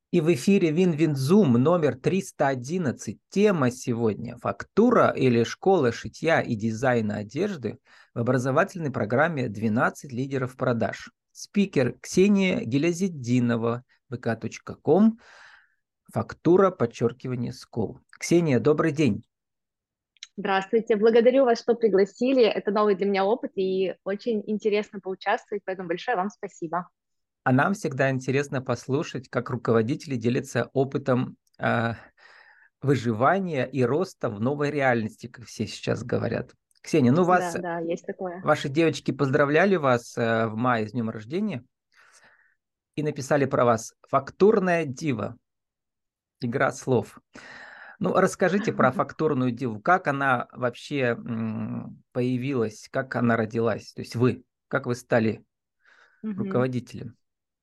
И в эфире Винвинзум номер 311. Тема сегодня – фактура или школа шитья и дизайна одежды в образовательной программе «12 лидеров продаж». Спикер Ксения Гилязетдинова, vk.com, фактура, подчеркивание, скол. Ксения, добрый день. Здравствуйте, благодарю вас, что пригласили. Это новый для меня опыт и очень интересно поучаствовать, поэтому большое вам спасибо. А нам всегда интересно послушать, как руководители делятся опытом выживания и роста в новой реальности, как все сейчас говорят. Ксения, ну вас, Да, да, есть такое. ваши девочки поздравляли вас в мае с днем рождения и написали про вас «Фактурная дива». Игра слов. Ну, расскажите про фактурную диву. Как она вообще появилась, как она родилась? То есть вы, как вы стали Мгм. руководителем?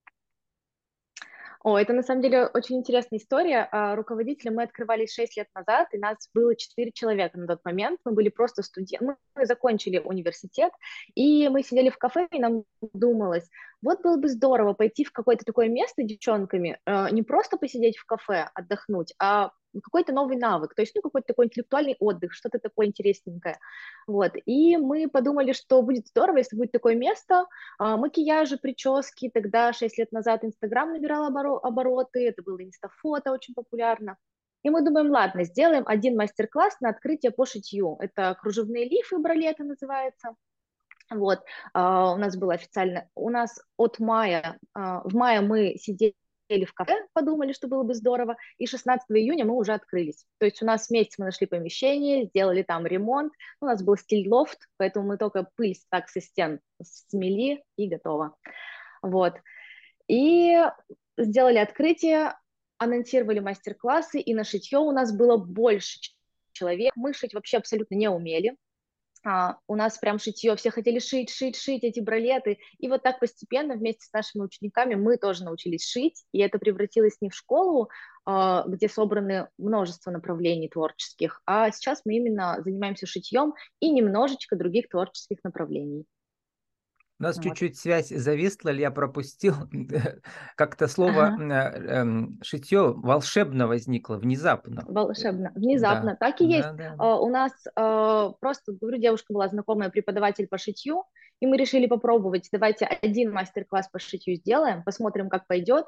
О, это на самом деле очень интересная история. Руководителем мы открывались 6 лет назад, и нас было 4 человека на тот момент. Мы были просто студенты, мы закончили университет, и мы сидели в кафе, и нам думалось, вот было бы здорово пойти в какое-то такое место девчонками, не просто посидеть в кафе, отдохнуть, а какой-то новый навык, то есть ну, какой-то такой интеллектуальный отдых, что-то такое интересненькое. Вот. И мы подумали, что будет здорово, если будет такое место, макияжи, прически. Тогда 6 лет назад Инстаграм набирал обороты, это было инстафото очень популярно. И мы думаем, ладно, сделаем один мастер-класс на открытие по шитью. Это кружевные лифы, бралеты называется. Вот, у нас было официально, у нас от мая, в мае мы сидели в кафе, подумали, что было бы здорово, и 16 июня мы уже открылись. То есть у нас месяц мы нашли помещение, сделали там ремонт, у нас был стиль лофт, поэтому мы только пыль так со стен смели и готово. Вот, и сделали открытие, анонсировали мастер-классы, и на шитье у нас было больше человек. Мы шить вообще абсолютно не умели, у нас прям шитье, все хотели шить, шить, шить эти бралеты, и вот так постепенно вместе с нашими учениками мы тоже научились шить, и это превратилось не в школу, где собраны множество направлений творческих, а сейчас мы именно занимаемся шитьем и немножечко других творческих направлений. У нас Вот. чуть-чуть связь зависла, или я пропустил. Как-то слово Ага. шитье волшебно возникло, внезапно. Волшебно, Да, внезапно, так и есть. да, да. У нас просто, говорю, девушка была знакомая преподаватель по шитью, и мы решили попробовать, давайте один мастер-класс по шитью сделаем, посмотрим, как пойдет.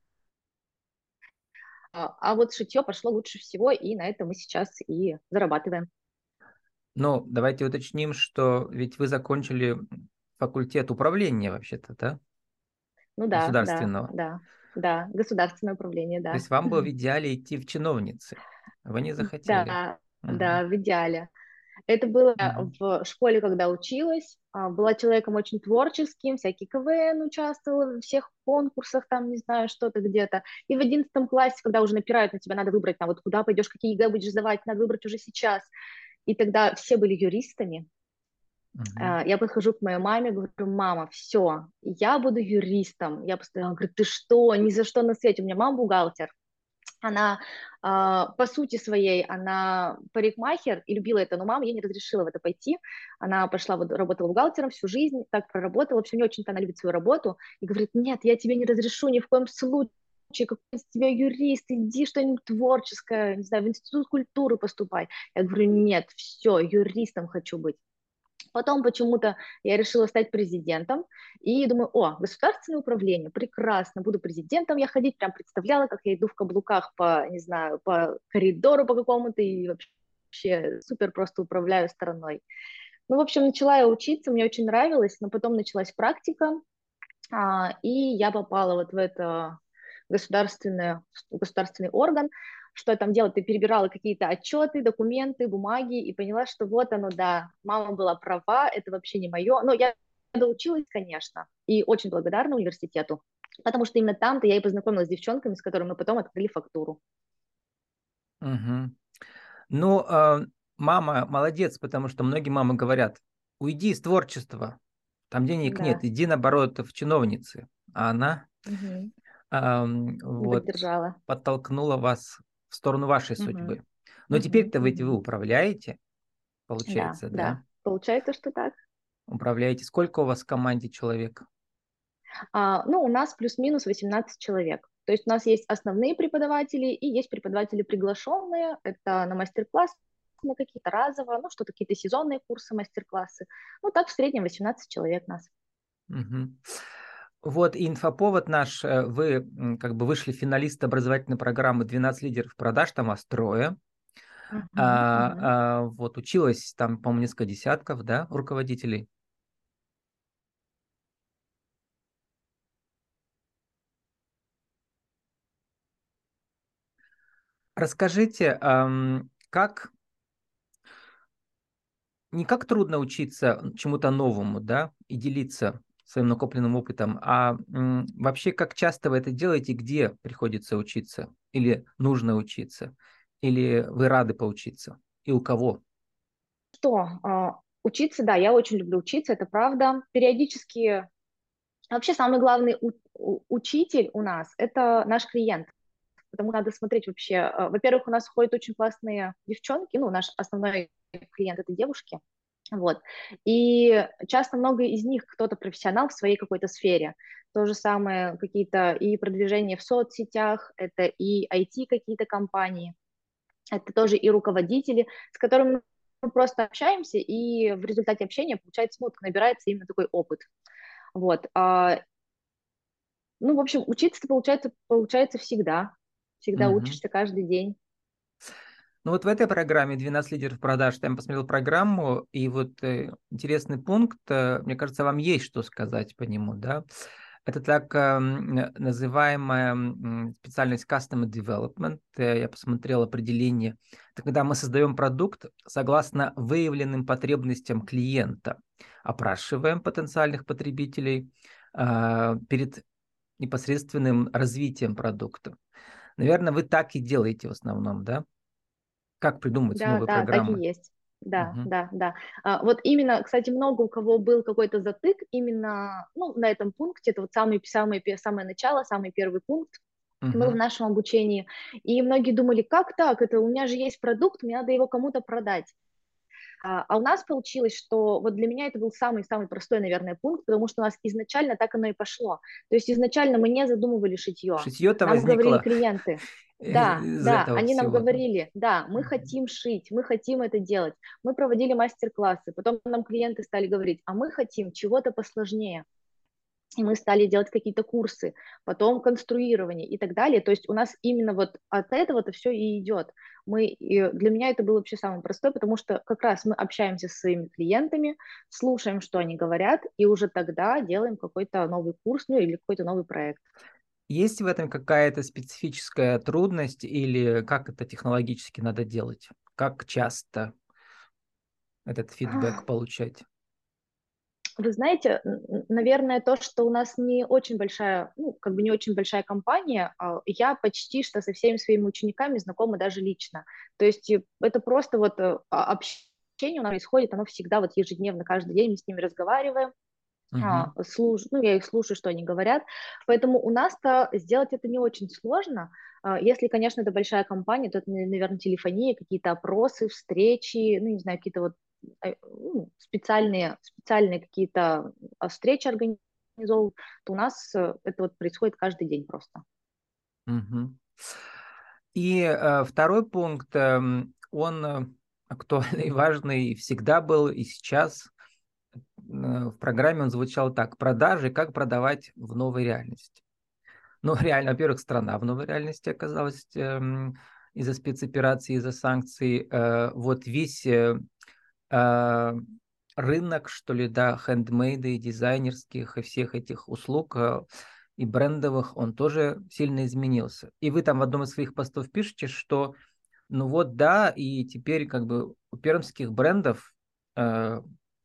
А вот шитье пошло лучше всего, и на этом мы сейчас и зарабатываем. Ну, давайте уточним, что ведь вы закончили факультет управления вообще-то, да? Ну да, да, Государственного. да, да, государственное управление, То да. есть вам было в идеале идти в чиновницы. Вы не захотели. Да, Мгм, да, в идеале. Это было мгм. в школе, когда училась. Была человеком очень творческим, всякий КВН участвовала во всех конкурсах, там, не знаю, что-то где-то. И в 11 классе, когда уже напирают на тебя, надо выбрать, вот куда пойдешь, какие ЕГЭ будешь сдавать, надо выбрать уже сейчас. И тогда все были юристами. Мгм. Я подхожу к моей маме, говорю, мама, все, я буду юристом. Я постоянно говорю, ты что, ни за что на свете. У меня мама бухгалтер. Она, по сути своей, она парикмахер и любила это, но мама ей не разрешила в это пойти. Она пошла, вот, работала бухгалтером всю жизнь, так проработала. В общем, не очень-то она любит свою работу. И говорит, нет, я тебе не разрешу ни в коем случае, какой из тебя юрист, иди что-нибудь творческое, не знаю, в институт культуры поступай. Я говорю, нет, все, юристом хочу быть. Потом почему-то я решила стать президентом и думаю, о, государственное управление, прекрасно, буду президентом я ходить, прям представляла, как я иду в каблуках по, не знаю, по коридору по какому-то и вообще супер просто управляю страной. Ну, в общем, начала я учиться, мне очень нравилось, но потом началась практика, и я попала вот в это государственный орган. Что я там делала? Ты перебирала какие-то отчеты, документы, бумаги и поняла, что вот оно, да, мама была права, это вообще не мое. Но я доучилась, конечно, и очень благодарна университету, потому что именно там-то я и познакомилась с девчонками, с которыми мы потом открыли фактуру. Мгм. Ну, мама молодец, потому что многие мамы говорят, уйди из творчества, там денег нет, Да, иди наоборот в чиновницы. А она мгм. Не вот поддержала. подтолкнула вас в сторону вашей Мгм. судьбы. Но Мгм. теперь-то вы Мгм. управляете, Да, получается, да? да, получается, что так. Управляете. Сколько у вас в команде человек? Ну, у нас плюс-минус 18 человек. То есть у нас есть основные преподаватели и есть преподаватели приглашенные, это на мастер-класс, на какие-то разово, ну, что-то, какие-то сезонные курсы, мастер-классы. Ну, так в среднем 18 человек нас. Мгм. Вот и инфоповод наш, вы как бы вышли финалисты образовательной программы «12 лидеров продаж», там вас трое. Мгм, мгм. Вот училось там, по-моему, несколько десятков, да, руководителей. Расскажите, как не как трудно учиться чему-то новому, да, и делиться своим накопленным опытом, а вообще как часто вы это делаете, где приходится учиться, или нужно учиться, или вы рады поучиться, и у кого? Что, учиться, да, я очень люблю учиться, это правда. Периодически, вообще самый главный учитель у нас– это наш клиент. Потому надо смотреть вообще. Во-первых, у нас ходят очень классные девчонки, ну, наш основной клиент– это девушки, вот. И часто много из них кто-то профессионал в своей какой-то сфере. То же самое какие-то и продвижения в соцсетях, это и IT какие-то компании, это тоже и руководители, с которыми мы просто общаемся, и в результате общения, получается, ну, набирается именно такой опыт. Вот. Ну, в общем, учиться получается всегда. Всегда Мгм. учишься каждый день. Ну вот в этой программе «12 лидеров продаж» я посмотрел программу, и вот интересный пункт, мне кажется, вам есть что сказать по нему, да? Это так называемая специальность Customer Development. Я посмотрел определение. Это когда мы создаем продукт согласно выявленным потребностям клиента, опрашиваем потенциальных потребителей перед непосредственным развитием продукта. Наверное, вы так и делаете в основном, да? Как придумываются Да, новые да, так и программы? есть. Да, Мгм. да, да. Вот именно, кстати, много у кого был какой-то затык именно, ну, на этом пункте, это вот самое начало, самый первый пункт был в Мгм. нашем обучении. И многие думали, как так, это у меня же есть продукт, мне надо его кому-то продать. А у нас получилось, что вот для меня это был самый-самый простой, наверное, пункт, потому что у нас изначально так оно и пошло. То есть изначально мы не задумывали шитье. Шитье-то Нам говорили возникло клиенты, да, из да, этого они нам всего. Да. говорили, да, мы Мгм. хотим шить, мы хотим это делать. Мы проводили мастер-классы, потом нам клиенты стали говорить, а мы хотим чего-то посложнее. И мы стали делать какие-то курсы, потом конструирование и так далее. То есть у нас именно вот от этого-то все и идет. Для меня это было вообще самое простое, потому что как раз мы общаемся с своими клиентами, слушаем, что они говорят, и уже тогда делаем какой-то новый курс, ну или какой-то новый проект. Есть в этом какая-то специфическая трудность или как это технологически надо делать? Как часто этот фидбэк получать? Вы знаете, наверное, то, что у нас не очень большая, ну, как бы не очень большая компания, я почти что со всеми своими учениками знакома даже лично. То есть это просто вот общение у нас происходит, оно всегда вот ежедневно, каждый день мы с ними разговариваем, Мгм. ну, я их слушаю, что они говорят. Поэтому у нас-то сделать это не очень сложно. Если, конечно, это большая компания, то это, наверное, телефония, какие-то опросы, встречи, ну, не знаю, какие-то вот ну, специальные какие-то встречи организовывают, то у нас это вот происходит каждый день просто. Мгм. И второй пункт, он актуальный, важный и всегда был, и сейчас. В программе он звучал так: продажи, как продавать в новой реальности. Ну, реально, во-первых, страна в новой реальности оказалась из-за спецоперации, из-за санкций. Вот весь э, рынок, что ли, да, хендмейда и дизайнерских, и всех этих услуг и брендовых, он тоже сильно изменился. И вы там в одном из своих постов пишете, что ну вот да, и теперь как бы у пермских брендов э,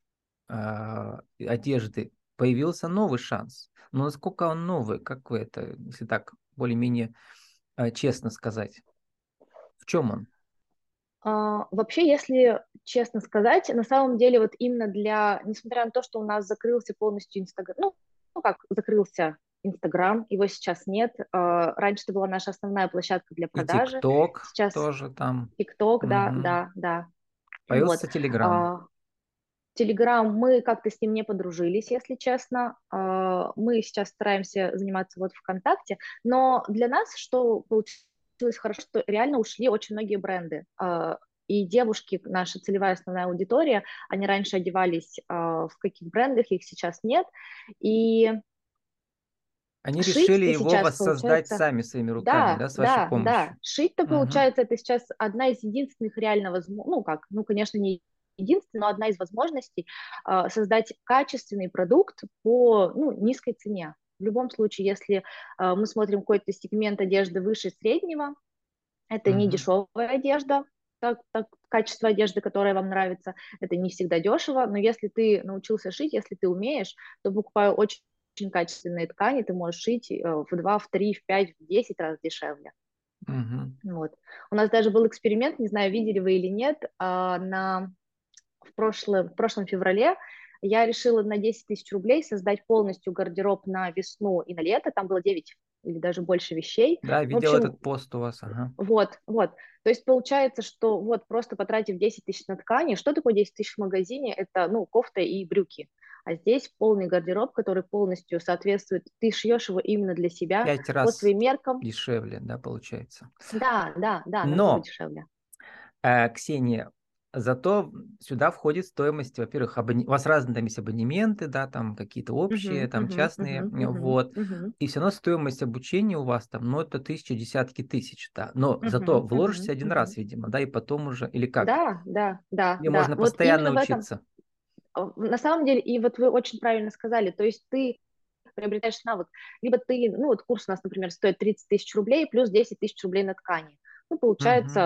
одежды появился новый шанс. Но насколько он новый, как вы это, если так более-менее честно сказать, в чем он? Вообще, если честно сказать, на самом деле вот именно несмотря на то, что у нас закрылся полностью Инстаграм, ну как закрылся Инстаграм, его сейчас нет. Раньше это была наша основная площадка для И продажи, ТикТок сейчас тоже там. ТикТок, да, Мгм. да, да. Вот. Появился Телеграм. А, Телеграм, мы как-то с ним не подружились, если честно. Мы сейчас стараемся заниматься вот ВКонтакте, но для нас что получилось хорошо, что реально ушли очень многие бренды. И девушки, наша целевая основная аудитория, они раньше одевались в каких брендах, их сейчас нет. И Они решили шить-то его сейчас воссоздать получается, сами своими руками, да, да, с вашей да, да, помощью. шить-то Мгм. получается, это сейчас одна из единственных реально возможностей, ну как, ну, конечно, не единственная, но одна из возможностей создать качественный продукт по, ну, низкой цене. В любом случае, если мы смотрим какой-то сегмент одежды выше среднего, это не Мгм. дешевая одежда, так, качество одежды, которое вам нравится, это не всегда дешево, но если ты научился шить, если ты умеешь, то покупая очень качественные ткани, ты можешь шить в 2, в 3, в 5, в 10 раз дешевле. Мгм. Вот. У нас даже был эксперимент, не знаю, видели вы или нет, в прошлом феврале я решила на 10 тысяч рублей создать полностью гардероб на весну и на лето, там было 9 или даже больше вещей. Да, В видел общем, этот пост у вас, ага. вот. То есть получается, что вот просто потратив 10 тысяч на ткани, что такое 10 тысяч в магазине? Это, ну, кофта и брюки. А здесь полный гардероб, который полностью соответствует, ты шьешь его именно для себя, Пять по раз своим меркам. дешевле, да, получается. Да, да, да, намного Но дешевле. Ксения, зато сюда входит стоимость, во-первых, у вас разные там есть абонементы, да, там какие-то общие, Мгм, там мгм, частные, мгм, мгм, вот. мгм, И все равно стоимость обучения у вас там, ну, это тысячи, десятки тысяч, да. Но зато мгм, вложишься мгм, один раз, мгм. видимо, да, и потом уже, или как? Да, да, да, Или да. можно Вот именно постоянно в этом, учиться? на самом деле, и вот вы очень правильно сказали, то есть ты приобретаешь навык, либо ты, ну вот курс у нас, например, стоит 30 тысяч рублей плюс 10 тысяч рублей на ткани. Ну, Мгм. получается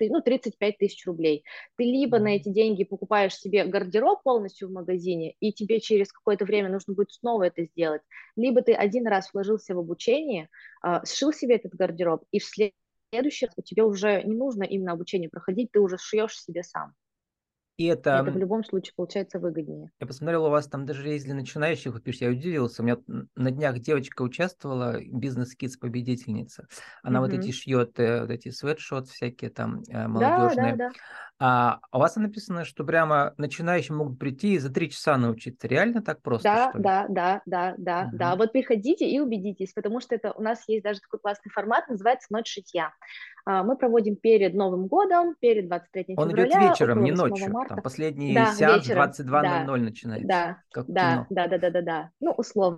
35 тысяч рублей. Ты либо на Мгм. эти деньги покупаешь себе гардероб полностью в магазине, и тебе через какое-то время нужно будет снова это сделать, либо ты один раз вложился в обучение, сшил себе этот гардероб, и в следующий раз тебе уже не нужно именно обучение проходить, ты уже шьешь себе сам. И Это в это любом случае получается выгоднее. Я посмотрел, у вас там даже есть для начинающих, вот пишешь, я удивился, у меня на днях девочка участвовала, бизнес-кидс победительница, она вот эти Мгм. шьет, вот эти свитшот всякие там Да, да, молодежные, да. а у вас написано, что прямо начинающие могут прийти и за 3 часа научиться, реально так просто, Да, что ли? да, да, да, да, да. Мгм. Вот приходите и убедитесь, потому что это у нас есть даже такой классный формат, называется «Ночь шитья». Мы проводим перед Новым годом, перед 23 Он идет февраля, вечером, около не 8 ночью, там марта. последний Да, сеанс в вечером, да, 22:00 начинается, да, как в да, кино. да, да, да, да, да. Ну,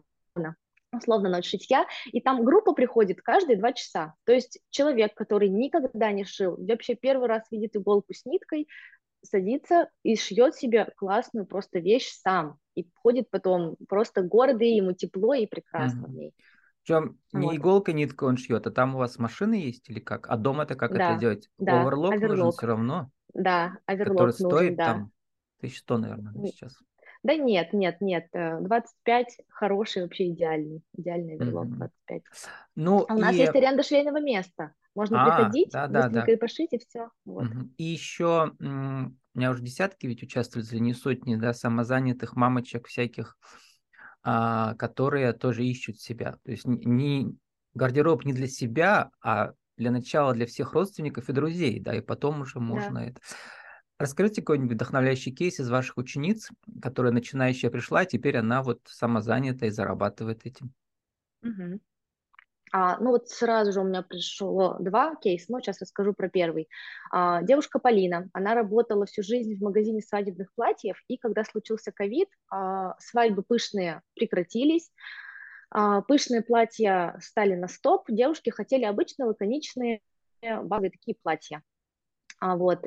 условно «Ночь шитья». И там группа приходит каждые 2 часа. То есть человек, который никогда не шил, вообще первый раз видит иголку с ниткой, садится и шьет себе классную просто вещь сам. И ходит потом просто гордый, ему тепло и прекрасно в Мгм. ней. Причем не Вот, иголка, нитка он шьет, а там у вас машины есть или как? А дома-то как это да, делать? да, Оверлок нужен все оверлок, равно, да, который оверлок нужен, стоит да. там 1100, наверное, да, сейчас. Да нет, нет, нет, 25 хороший, вообще идеальный оверлок Мгм. 25. Ну А у нас и, есть аренда швейного места. Можно приходить, быстренько да-да-да. и пошить, и все. Вот. Мгм. И еще у меня уже десятки ведь участвуют, если не сотни, да, самозанятых мамочек всяких, которые тоже ищут себя. То есть гардероб не для себя, а для начала для всех родственников и друзей, да, и потом уже Да. можно это. Расскажите какой-нибудь вдохновляющий кейс из ваших учениц, которая начинающая пришла, и теперь она вот самозанята и зарабатывает этим. Мгм. Ну вот сразу же у меня пришло два кейса, но сейчас расскажу про первый. Девушка Полина, она работала всю жизнь в магазине свадебных платьев, и когда случился ковид, свадьбы пышные прекратились, пышные платья стали на стоп, девушки хотели обычные лаконичные базовые такие платья. Вот,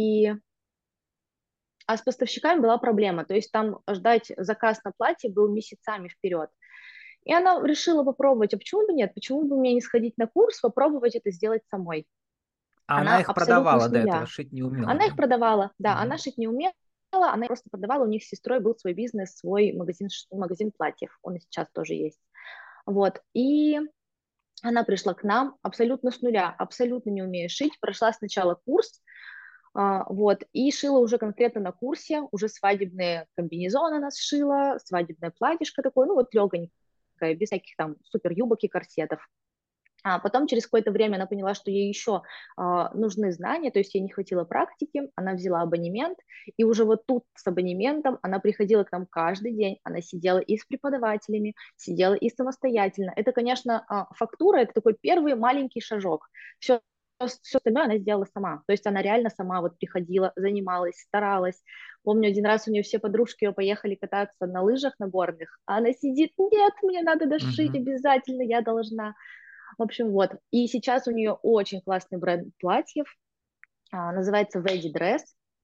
с поставщиками была проблема, то есть там ждать заказ на платье был месяцами вперед. И она решила попробовать, а почему бы нет, почему бы мне не сходить на курс, попробовать это сделать самой. А Она она их абсолютно продавала с до этого, нуля. шить не умела, Она их да? продавала, да, она Мгм. шить не умела, она просто продавала, у них с сестрой был свой бизнес, свой магазин платьев, он и сейчас тоже есть. Вот, и она пришла к нам абсолютно с нуля, абсолютно не умея шить, прошла сначала курс, вот, и шила уже конкретно на курсе, уже свадебные комбинезоны она сшила, свадебное платьишко такое, ну вот легонькое, без всяких там супер юбок и корсетов. А потом через какое-то время она поняла, что ей еще нужны знания, то есть ей не хватило практики, она взяла абонемент, и уже вот тут с абонементом она приходила к нам каждый день, она сидела и с преподавателями, сидела и самостоятельно. Это, конечно, фактура, это такой первый маленький шажок. Все остальное она сделала сама. То есть она реально сама вот приходила, занималась, старалась. Помню, один раз у нее все подружки ее поехали кататься на лыжах наборных, а она сидит, нет, мне надо дошить Мгм. обязательно, я должна. В общем, вот. И сейчас у нее очень классный бренд платьев, называется Veggie Dress.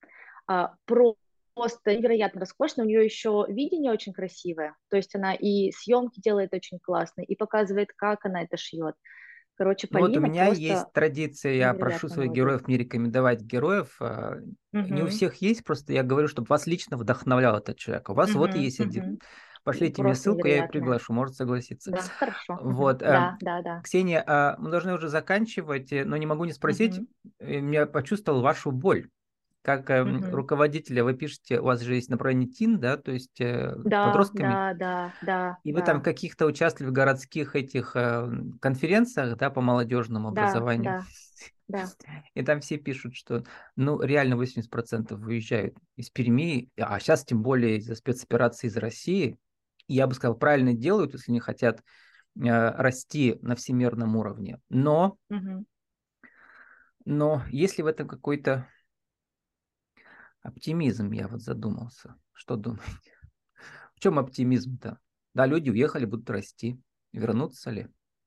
Просто невероятно роскошно. У нее еще видение очень красивое. То есть она и съемки делает очень классно, и показывает, как она это шьет. Короче, Ну вот у Полина меня есть просто традиция, я прошу невероятно своих молодец. героев не рекомендовать героев. Не у Угу, всех есть, просто я говорю, чтобы вас лично вдохновлял этот человек. У вас вот угу, есть один. угу. Пошлите мне Просто ссылку, я ее невероятная. приглашу, может согласиться. Да, хорошо. Угу. Вот. Да, да, да. Ксения, мы должны уже заканчивать, но не могу не спросить, Угу, я почувствовал вашу боль. Как угу. руководителя, вы пишете, у вас же есть направление ТИН, да, то есть с Да, подростками, да, да, да, и вы там да, каких-то участвовали в городских этих конференциях, да, по молодежному да, образованию. да, да. И там все пишут, что, ну, реально 80% выезжают из Перми, а сейчас тем более из-за спецоперации из России. И я бы сказал, правильно делают, если не хотят расти на всемирном уровне. Угу. Но есть ли в этом какой-то оптимизм, я вот задумался. Что думаете? В чем оптимизм-то? Да, люди уехали, будут расти. Вернутся ли?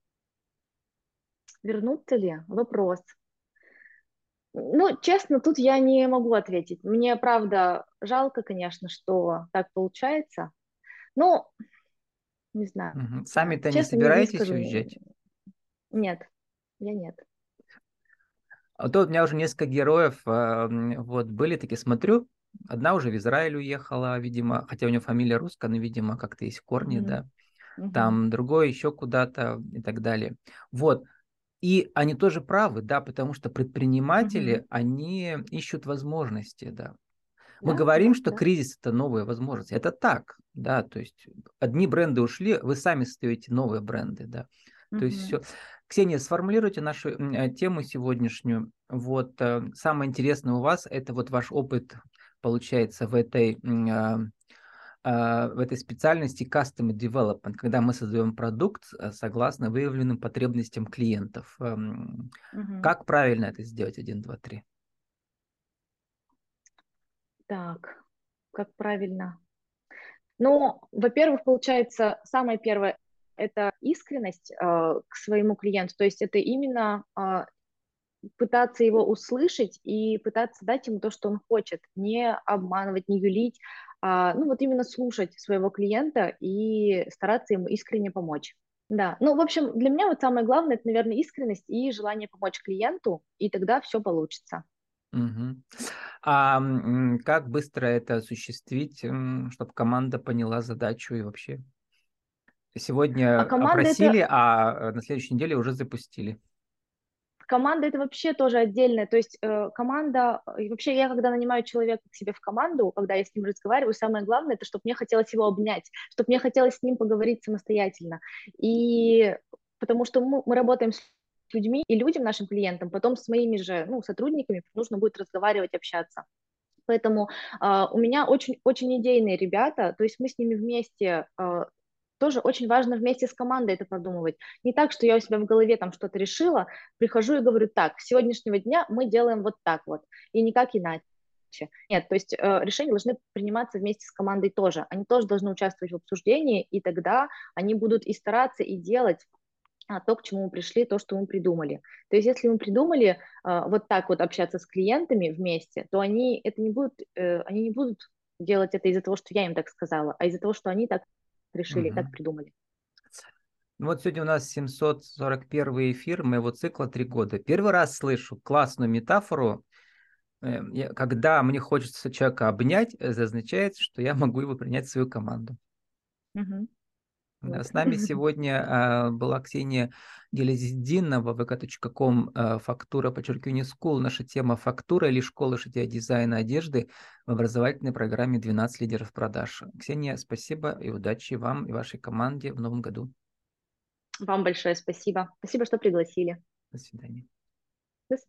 Вернуться ли? Вопрос. Ну, честно, тут я не могу ответить. Мне, правда, жалко, конечно, что так получается. Ну, не знаю. Мгм. Сами-то не Честно, не собираетесь скажу. уезжать? Нет, я нет. А то у меня уже несколько героев вот были такие, смотрю, одна уже в Израиль уехала, видимо, хотя у нее фамилия русская, но, видимо, как-то есть корни, Мгм, да. мгм. Там другой еще куда-то и так далее. Вот. И они тоже правы, да, потому что Мгм. предприниматели, они ищут возможности, да. Мы Да, говорим, да, что да. кризис– это новые возможности. Это так, да, то есть одни бренды ушли, вы сами создаете новые бренды, да. То есть Мгм. все. Ксения, сформулируйте нашу тему сегодняшнюю. Вот самое интересное у вас– это вот ваш опыт, получается, в этой специальности Custom Development, когда мы создаем продукт согласно выявленным потребностям клиентов. Мгм. Как правильно это сделать? Один, два, три. Так, как правильно? Ну, во-первых, получается, самое первое– это искренность к своему клиенту. То есть это именно пытаться его услышать и пытаться дать ему то, что он хочет, не обманывать, не юлить, ну вот именно слушать своего клиента и стараться ему искренне помочь. Да, ну, в общем, для меня вот самое главное, это, наверное, искренность и желание помочь клиенту, и тогда все получится. Мгм. Как быстро это осуществить, чтобы команда поняла задачу и вообще? А Сегодня команда опросили, это а на следующей неделе уже запустили. Команда это вообще тоже отдельная, то есть команда, и вообще я когда нанимаю человека к себе в команду, когда я с ним разговариваю, самое главное, это чтобы мне хотелось его обнять, чтобы мне хотелось с ним поговорить самостоятельно. И потому что мы работаем с людьми, и людям, нашим клиентам, потом с моими же ну, сотрудниками нужно будет разговаривать, общаться. Поэтому у меня очень идейные ребята, то есть мы с ними вместе тоже очень важно вместе с командой это продумывать. Не так, что я у себя в голове там что-то решила, прихожу и говорю, так, с сегодняшнего дня мы делаем вот так вот, и никак иначе. Нет, то есть решения должны приниматься вместе с командой тоже. Они тоже должны участвовать в обсуждении, и тогда они будут и стараться, и делать то, к чему мы пришли, то, что мы придумали. То есть если мы придумали вот так вот общаться с клиентами вместе, то они не будут делать это из-за того, что я им так сказала, а из-за того, что они так решили, так Мгм. придумали. Ну вот сегодня у нас 741 эфир моего цикла «Три года». Первый раз слышу классную метафору. Когда мне хочется человека обнять, это означает, что я могу его принять в свою команду. Мгм. Да, Вот. с нами сегодня была Ксения Гелезиддинова, vk.com, фактура, подчеркивание, school. Наша тема фактура или школа шитья дизайна одежды в образовательной программе «12 лидеров продаж». Ксения, спасибо и удачи вам и вашей команде в новом году. Вам большое спасибо. Спасибо, что пригласили. До свидания.